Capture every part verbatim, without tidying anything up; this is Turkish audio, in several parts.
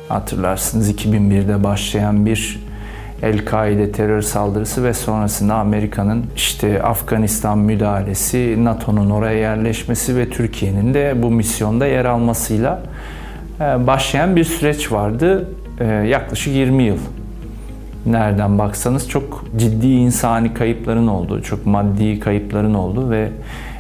Hatırlarsınız iki bin birde başlayan bir El-Kaide terör saldırısı ve sonrasında Amerika'nın işte Afganistan müdahalesi, NATO'nun oraya yerleşmesi ve Türkiye'nin de bu misyonda yer almasıyla başlayan bir süreç vardı. Yaklaşık yirmi yıl. Nereden baksanız çok ciddi insani kayıpların olduğu, çok maddi kayıpların olduğu ve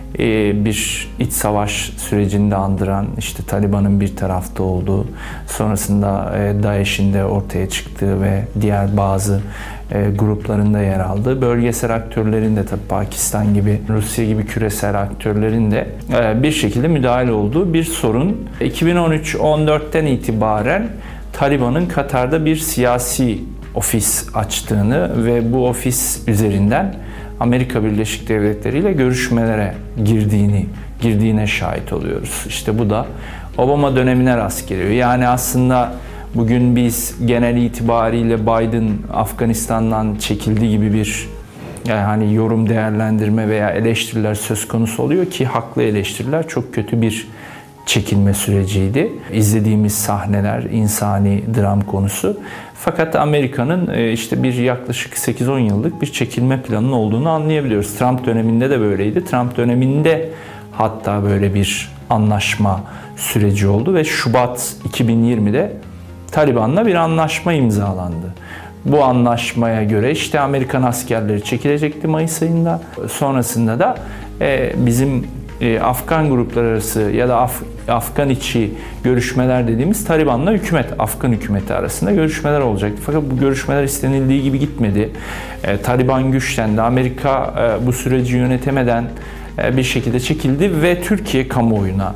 bir iç savaş sürecinde andıran, işte Taliban'ın bir tarafta olduğu, sonrasında DAEŞ'in de ortaya çıktığı ve diğer bazı gruplarında yer aldığı, bölgesel aktörlerin de tabii Pakistan gibi, Rusya gibi küresel aktörlerin de bir şekilde müdahale olduğu bir sorun. iki bin on üç on dörtten itibaren Taliban'ın Katar'da bir siyasi ofis açtığını ve bu ofis üzerinden Amerika Birleşik Devletleri ile görüşmelere girdiğini, girdiğine şahit oluyoruz. İşte bu da Obama dönemine rast geliyor. Yani aslında bugün biz genel itibariyle Biden Afganistan'dan çekildi gibi bir yani hani yorum, değerlendirme veya eleştiriler söz konusu oluyor ki haklı eleştiriler, çok kötü bir çekilme süreciydi. İzlediğimiz sahneler, insani dram konusu. Fakat Amerika'nın işte bir yaklaşık sekiz on yıllık bir çekilme planının olduğunu anlayabiliyoruz. Trump döneminde de böyleydi. Trump döneminde hatta böyle bir anlaşma süreci oldu ve Şubat iki bin yirmide Taliban'la bir anlaşma imzalandı. Bu anlaşmaya göre işte Amerikan askerleri çekilecekti Mayıs ayında. Sonrasında da bizim Afgan gruplar arası ya da Af Afgan içi görüşmeler dediğimiz Taliban'la hükümet, Afgan hükümeti arasında görüşmeler olacaktı. Fakat bu görüşmeler istenildiği gibi gitmedi. E, Taliban güçlendi. Amerika e, bu süreci yönetemeden e, bir şekilde çekildi ve Türkiye kamuoyuna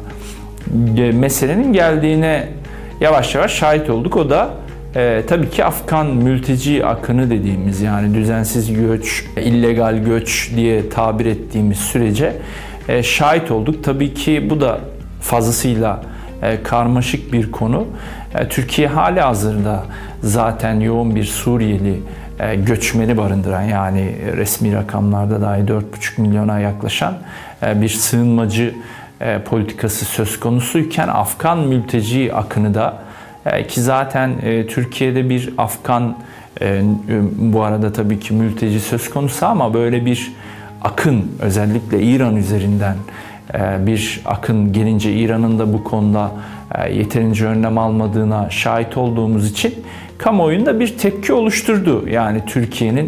e, meselenin geldiğine yavaş yavaş şahit olduk. O da e, tabii ki Afgan mülteci akını dediğimiz, yani düzensiz göç, illegal göç diye tabir ettiğimiz sürece e, şahit olduk. Tabii ki bu da fazlasıyla e, karmaşık bir konu. E, Türkiye halihazırda zaten yoğun bir Suriyeli e, göçmeni barındıran, yani resmi rakamlarda dahi dört buçuk milyona yaklaşan e, bir sığınmacı e, politikası söz konusuyken Afgan mülteci akını da e, ki zaten e, Türkiye'de bir Afgan e, bu arada tabii ki mülteci söz konusu ama böyle bir akın, özellikle İran üzerinden bir akın gelince İran'ın da bu konuda yeterince önlem almadığına şahit olduğumuz için kamuoyunda bir tepki oluşturdu. Yani Türkiye'nin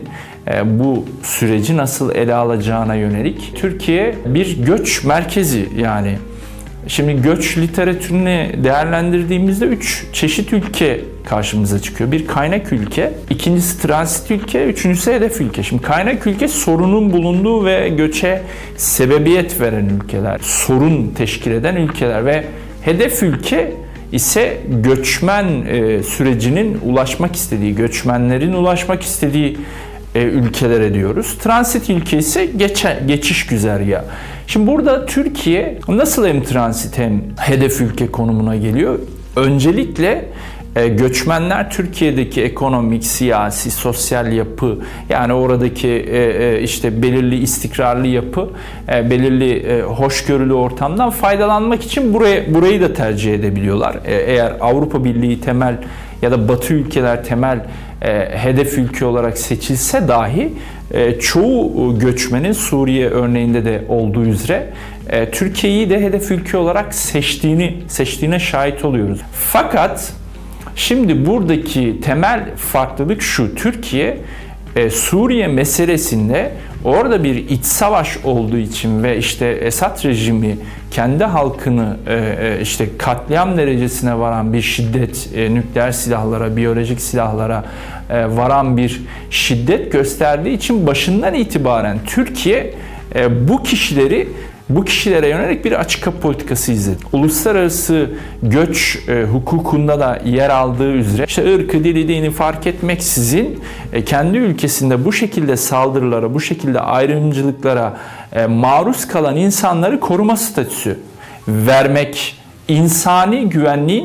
bu süreci nasıl ele alacağına yönelik. Türkiye bir göç merkezi, yani şimdi göç literatürünü değerlendirdiğimizde üç çeşit ülke karşımıza çıkıyor. Bir kaynak ülke, ikincisi transit ülke, üçüncüsü hedef ülke. Şimdi kaynak ülke sorunun bulunduğu ve göçe sebebiyet veren ülkeler, sorun teşkil eden ülkeler ve hedef ülke ise göçmen e, sürecinin ulaşmak istediği, göçmenlerin ulaşmak istediği e, ülkelere diyoruz. Transit ülke ise geçe, geçiş güzergahı. Şimdi burada Türkiye nasıl hem transit hem hedef ülke konumuna geliyor? Öncelikle e, göçmenler Türkiye'deki ekonomik, siyasi, sosyal yapı, yani oradaki e, e, işte belirli istikrarlı yapı, e, belirli e, hoşgörülü ortamdan faydalanmak için buraya burayı da tercih edebiliyorlar. E, eğer Avrupa Birliği temel ya da Batı ülkeler temel e, hedef ülke olarak seçilse dahi e, çoğu göçmenin Suriye örneğinde de olduğu üzere e, Türkiye'yi de hedef ülke olarak seçtiğini seçtiğine şahit oluyoruz. Fakat şimdi buradaki temel farklılık şu: Türkiye e, Suriye meselesinde orada bir iç savaş olduğu için ve işte Esad rejimi kendi halkını e, işte katliam derecesine varan bir şiddet, e, nükleer silahlara, biyolojik silahlara e, varan bir şiddet gösterdiği için başından itibaren Türkiye e, bu kişileri bu kişilere yönelik bir açık kapı politikası izledi. Uluslararası göç e, hukukunda da yer aldığı üzere işte ırkı, dili, dini fark etmeksizin e, kendi ülkesinde bu şekilde saldırılara, bu şekilde ayrımcılıklara e, maruz kalan insanları koruma statüsü vermek, insani güvenliğin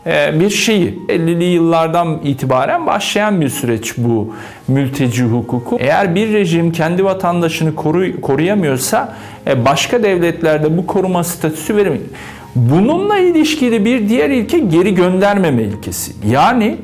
bir şeyi. ellili yıllardan itibaren başlayan bir süreç bu mülteci hukuku. Eğer bir rejim kendi vatandaşını koru, koruyamıyorsa başka devletlerde bu koruma statüsü veremiyor. Bununla ilişkili bir diğer ilke geri göndermeme ilkesi. Yani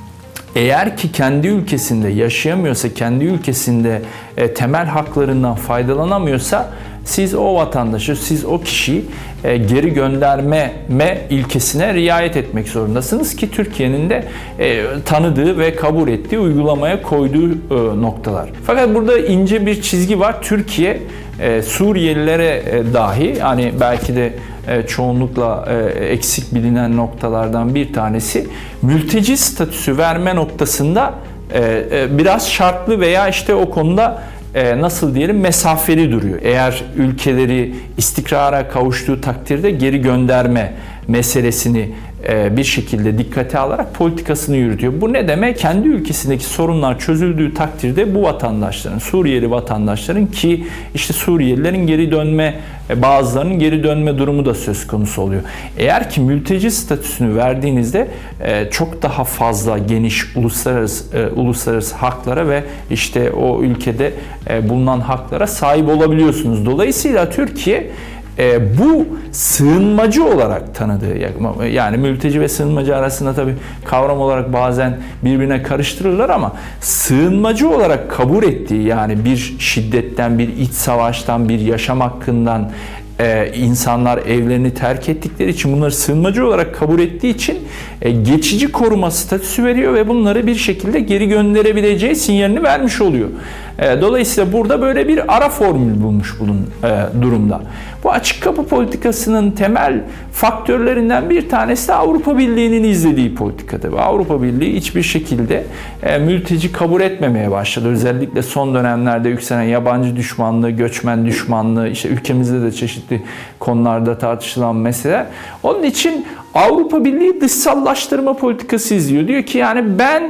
eğer ki kendi ülkesinde yaşayamıyorsa, kendi ülkesinde e, temel haklarından faydalanamıyorsa siz o vatandaşı, siz o kişiyi e, geri gönderme ilkesine riayet etmek zorundasınız ki Türkiye'nin de e, tanıdığı ve kabul ettiği, uygulamaya koyduğu e, noktalar. Fakat burada ince bir çizgi var. Türkiye e, Suriyelilere e, dahi, hani belki de çoğunlukla eksik bilinen noktalardan bir tanesi, mülteci statüsü verme noktasında biraz şartlı veya işte o konuda nasıl diyelim mesafeli duruyor. Eğer ülkeleri istikrara kavuştuğu takdirde geri gönderme meselesini bir şekilde dikkate alarak politikasını yürütüyor. Bu ne demek? Kendi ülkesindeki sorunlar çözüldüğü takdirde bu vatandaşların, Suriyeli vatandaşların, ki işte Suriyelilerin geri dönme, bazılarının geri dönme durumu da söz konusu oluyor. Eğer ki mülteci statüsünü verdiğinizde çok daha fazla geniş uluslararası uluslararası haklara ve işte o ülkede bulunan haklara sahip olabiliyorsunuz. Dolayısıyla Türkiye E, bu sığınmacı olarak tanıdığı, yani mülteci ve sığınmacı arasında tabii kavram olarak bazen birbirine karıştırırlar ama sığınmacı olarak kabul ettiği, yani bir şiddetten, bir iç savaştan, bir yaşam hakkından e, insanlar evlerini terk ettikleri için, bunları sığınmacı olarak kabul ettiği için e, geçici koruma statüsü veriyor ve bunları bir şekilde geri gönderebileceği sinyalini vermiş oluyor. Dolayısıyla burada böyle bir ara formül bulmuş bulun e, durumda. Bu açık kapı politikasının temel faktörlerinden bir tanesi de Avrupa Birliği'nin izlediği politika tabii. Avrupa Birliği hiçbir şekilde e, mülteci kabul etmemeye başladı. Özellikle son dönemlerde yükselen yabancı düşmanlığı, göçmen düşmanlığı, işte ülkemizde de çeşitli konularda tartışılan meseleler. Onun için Avrupa Birliği dışsallaştırma politikası izliyor. Diyor ki yani ben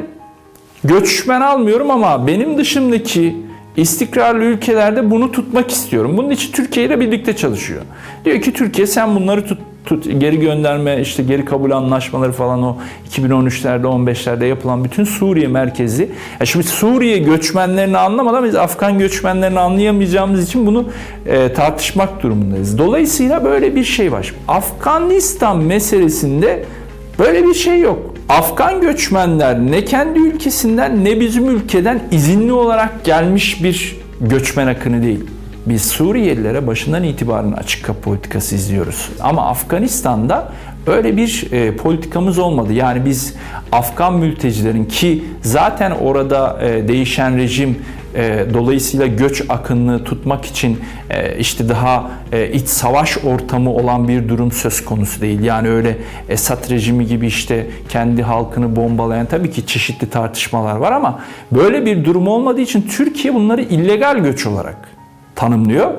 göçmen almıyorum ama benim dışımdaki istikrarlı ülkelerde bunu tutmak istiyorum. Bunun için Türkiye ile birlikte çalışıyor. Diyor ki Türkiye sen bunları tut, tut geri gönderme, işte geri kabul anlaşmaları falan, o iki bin on üçlerde on beşlerde yapılan bütün Suriye merkezi. Ya şimdi Suriye göçmenlerini anlamadan biz Afgan göçmenlerini anlayamayacağımız için bunu e, tartışmak durumundayız. Dolayısıyla böyle bir şey var. Afganistan meselesinde böyle bir şey yok. Afgan göçmenler ne kendi ülkesinden ne bizim ülkeden izinli olarak gelmiş bir göçmen akını değil. Biz Suriyelilere başından itibaren açık kapı politikası izliyoruz. Ama Afganistan'da öyle bir e, politikamız olmadı. Yani biz Afgan mültecilerin, ki zaten orada e, değişen rejim e, dolayısıyla göç akınını tutmak için e, işte daha e, iç savaş ortamı olan bir durum söz konusu değil. Yani öyle Esad rejimi gibi işte kendi halkını bombalayan, tabii ki çeşitli tartışmalar var ama böyle bir durum olmadığı için Türkiye bunları illegal göç olarak tanımlıyor.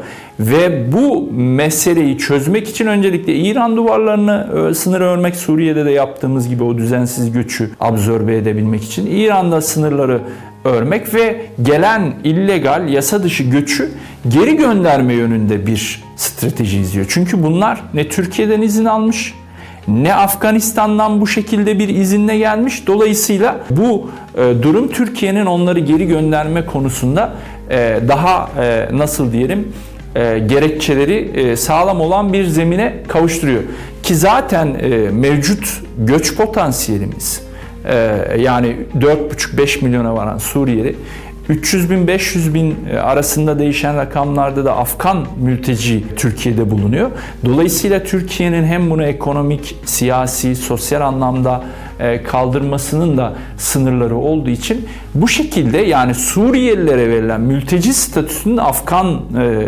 Ve bu meseleyi çözmek için öncelikle İran duvarlarını, sınırı örmek, Suriye'de de yaptığımız gibi o düzensiz göçü absorbe edebilmek için İran'da sınırları örmek ve gelen illegal, yasa dışı göçü geri gönderme yönünde bir strateji izliyor. Çünkü bunlar ne Türkiye'den izin almış, ne Afganistan'dan bu şekilde bir izinle gelmiş. Dolayısıyla bu e, durum Türkiye'nin onları geri gönderme konusunda e, daha e, nasıl diyelim e, gerekçeleri e, sağlam olan bir zemine kavuşturuyor. Ki zaten e, mevcut göç potansiyelimiz, e, yani dört buçuk beş milyona varan Suriyeli, üç yüz bin beş yüz bin arasında değişen rakamlarda da Afgan mülteci Türkiye'de bulunuyor. Dolayısıyla Türkiye'nin hem bunu ekonomik, siyasi, sosyal anlamda kaldırmasının da sınırları olduğu için bu şekilde, yani Suriyelilere verilen mülteci statüsünün Afgan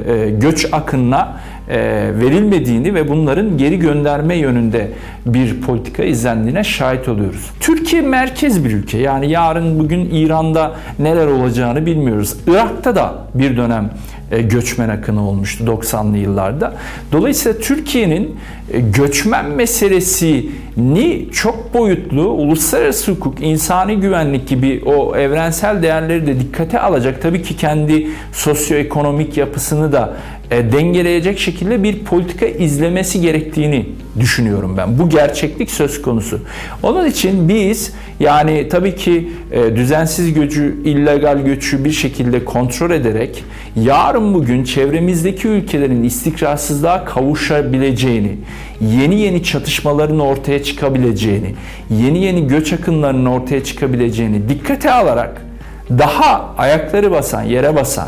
göç akınına verilmediğini ve bunların geri gönderme yönünde bir politika izlendiğine şahit oluyoruz. Türkiye merkez bir ülke. Yani yarın bugün İran'da neler olacağını bilmiyoruz. Irak'ta da bir dönem göçmen akını olmuştu doksanlı yıllarda. Dolayısıyla Türkiye'nin göçmen meselesini çok boyutlu, uluslararası hukuk, insani güvenlik gibi o evrensel değerleri de dikkate alacak. Tabii ki kendi sosyoekonomik yapısını da e, dengeleyecek şekilde bir politika izlemesi gerektiğini düşünüyorum ben. Bu gerçeklik söz konusu. Onun için biz yani tabii ki e, düzensiz göçü, illegal göçü bir şekilde kontrol ederek yarın bugün çevremizdeki ülkelerin istikrarsızlığa kavuşabileceğini, yeni yeni çatışmaların ortaya çıkabileceğini, yeni yeni göç akınlarının ortaya çıkabileceğini dikkate alarak daha ayakları basan, yere basan,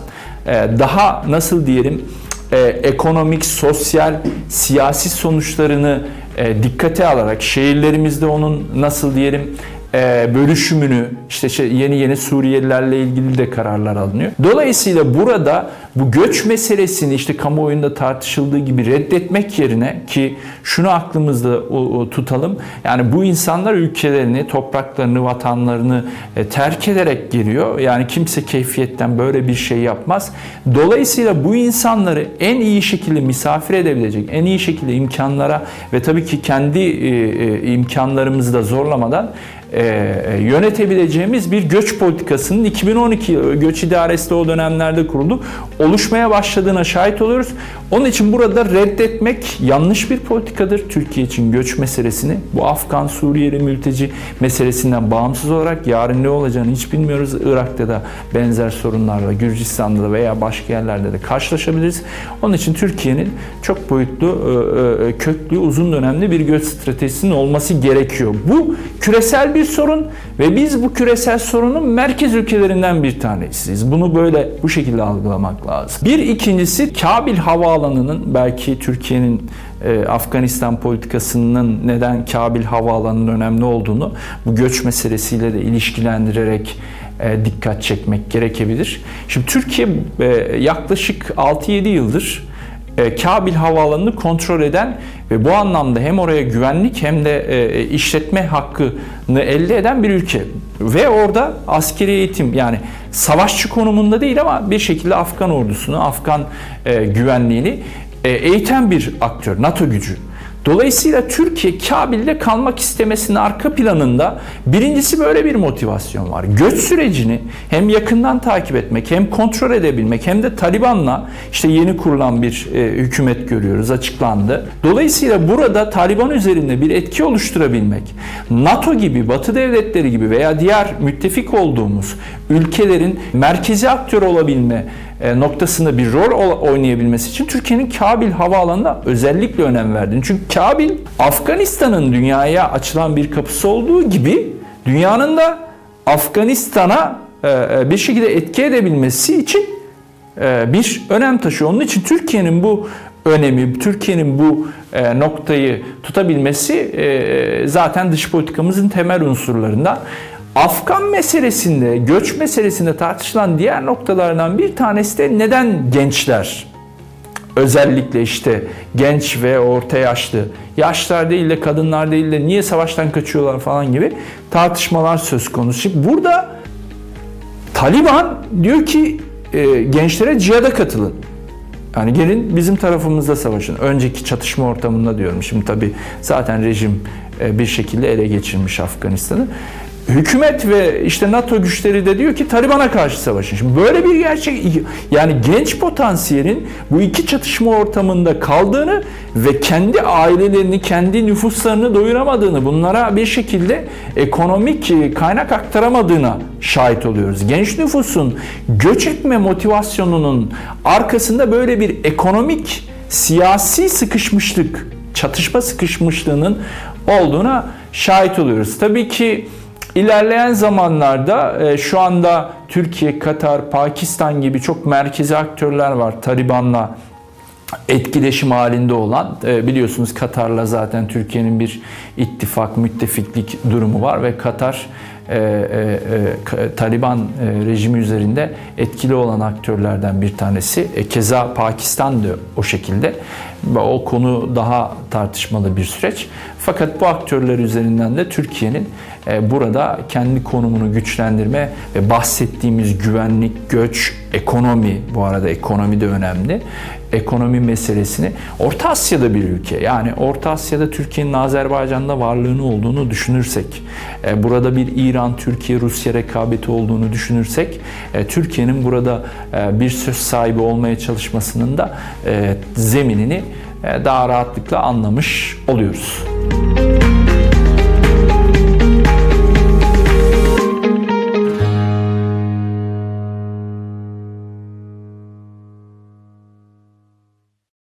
daha nasıl diyelim ekonomik, sosyal, siyasi sonuçlarını dikkate alarak şehirlerimizde onun nasıl diyelim bölüşümünü, işte şey, yeni yeni Suriyelilerle ilgili de kararlar alınıyor. Dolayısıyla burada bu göç meselesini işte kamuoyunda tartışıldığı gibi reddetmek yerine, ki şunu aklımızda tutalım, yani bu insanlar ülkelerini, topraklarını, vatanlarını terk ederek geliyor. Yani kimse keyfiyetten böyle bir şey yapmaz. Dolayısıyla bu insanları en iyi şekilde misafir edebilecek, en iyi şekilde imkanlara ve tabii ki kendi imkanlarımızı da zorlamadan E, yönetebileceğimiz bir göç politikasının iki bin on iki göç idaresi de o dönemlerde kuruldu. Oluşmaya başladığına şahit oluyoruz. Onun için burada reddetmek yanlış bir politikadır. Türkiye için göç meselesini, bu Afgan, Suriyeli mülteci meselesinden bağımsız olarak yarın ne olacağını hiç bilmiyoruz. Irak'ta da benzer sorunlarla, Gürcistan'da da veya başka yerlerde de karşılaşabiliriz. Onun için Türkiye'nin çok boyutlu, köklü, uzun dönemli bir göç stratejisinin olması gerekiyor. Bu küresel bir sorun ve biz bu küresel sorunun merkez ülkelerinden bir tanesiyiz. Bunu böyle bu şekilde algılamak lazım. Bir ikincisi, Kabil Havaalanı'nın, belki Türkiye'nin e, Afganistan politikasının neden Kabil Havaalanı'nın önemli olduğunu bu göç meselesiyle de ilişkilendirerek e, dikkat çekmek gerekebilir. Şimdi Türkiye e, yaklaşık altı yedi yıldır e, Kabil Havaalanı'nı kontrol eden ve bu anlamda hem oraya güvenlik hem de e, işletme hakkını elde eden bir ülke. Ve orada askeri eğitim, yani savaşçı konumunda değil ama bir şekilde Afgan ordusunu, Afgan e, güvenliğini e, eğiten bir aktör, NATO gücü. Dolayısıyla Türkiye Kabil'de kalmak istemesinin arka planında birincisi böyle bir motivasyon var. Göç sürecini hem yakından takip etmek, hem kontrol edebilmek, hem de Taliban'la işte yeni kurulan bir e, hükümet görüyoruz, açıklandı. Dolayısıyla burada Taliban üzerinde bir etki oluşturabilmek, NATO gibi, Batı devletleri gibi veya diğer müttefik olduğumuz ülkelerin merkezi aktör olabilme noktasında bir rol oynayabilmesi için Türkiye'nin Kabil Havaalanı'na özellikle önem verdiğini. Çünkü Kabil, Afganistan'ın dünyaya açılan bir kapısı olduğu gibi dünyanın da Afganistan'a bir şekilde etki edebilmesi için bir önem taşıyor. Onun için Türkiye'nin bu önemi, Türkiye'nin bu noktayı tutabilmesi zaten dış politikamızın temel unsurlarından. Afgan meselesinde, göç meselesinde tartışılan diğer noktalardan bir tanesi de neden gençler, özellikle işte genç ve orta yaşlı, yaşlar değil de kadınlar değil de niye savaştan kaçıyorlar falan gibi tartışmalar söz konusu. Burada Taliban diyor ki e, gençlere cihada katılın. Yani gelin bizim tarafımızda savaşın. Önceki çatışma ortamında diyorum. Şimdi tabii zaten rejim e, bir şekilde ele geçirmiş Afganistan'ı. Hükümet ve işte NATO güçleri de diyor ki Taliban'a karşı savaşın. Şimdi böyle bir gerçek, yani genç potansiyelin bu iki çatışma ortamında kaldığını ve kendi ailelerini, kendi nüfuslarını doyuramadığını, bunlara bir şekilde ekonomik kaynak aktaramadığına şahit oluyoruz. Genç nüfusun göç etme motivasyonunun arkasında böyle bir ekonomik, siyasi sıkışmışlık, çatışma sıkışmışlığının olduğuna şahit oluyoruz. Tabii ki İlerleyen zamanlarda şu anda Türkiye, Katar, Pakistan gibi çok merkezi aktörler var Taliban'la etkileşim halinde olan. Biliyorsunuz Katar'la zaten Türkiye'nin bir ittifak, müttefiklik durumu var ve Katar e, e, e, Taliban e, rejimi üzerinde etkili olan aktörlerden bir tanesi. E, keza Pakistan da o şekilde. O konu daha tartışmalı bir süreç. Fakat bu aktörler üzerinden de Türkiye'nin e, burada kendi konumunu güçlendirme ve bahsettiğimiz güvenlik, göç, ekonomi, bu arada ekonomi de önemli. ekonomi meselesini. Orta Asya'da bir ülke. Yani Orta Asya'da Türkiye'nin Azerbaycan'da varlığını olduğunu düşünürsek, burada bir İran, Türkiye, Rusya rekabeti olduğunu düşünürsek, Türkiye'nin burada bir söz sahibi olmaya çalışmasının da zeminini daha rahatlıkla anlamış oluyoruz.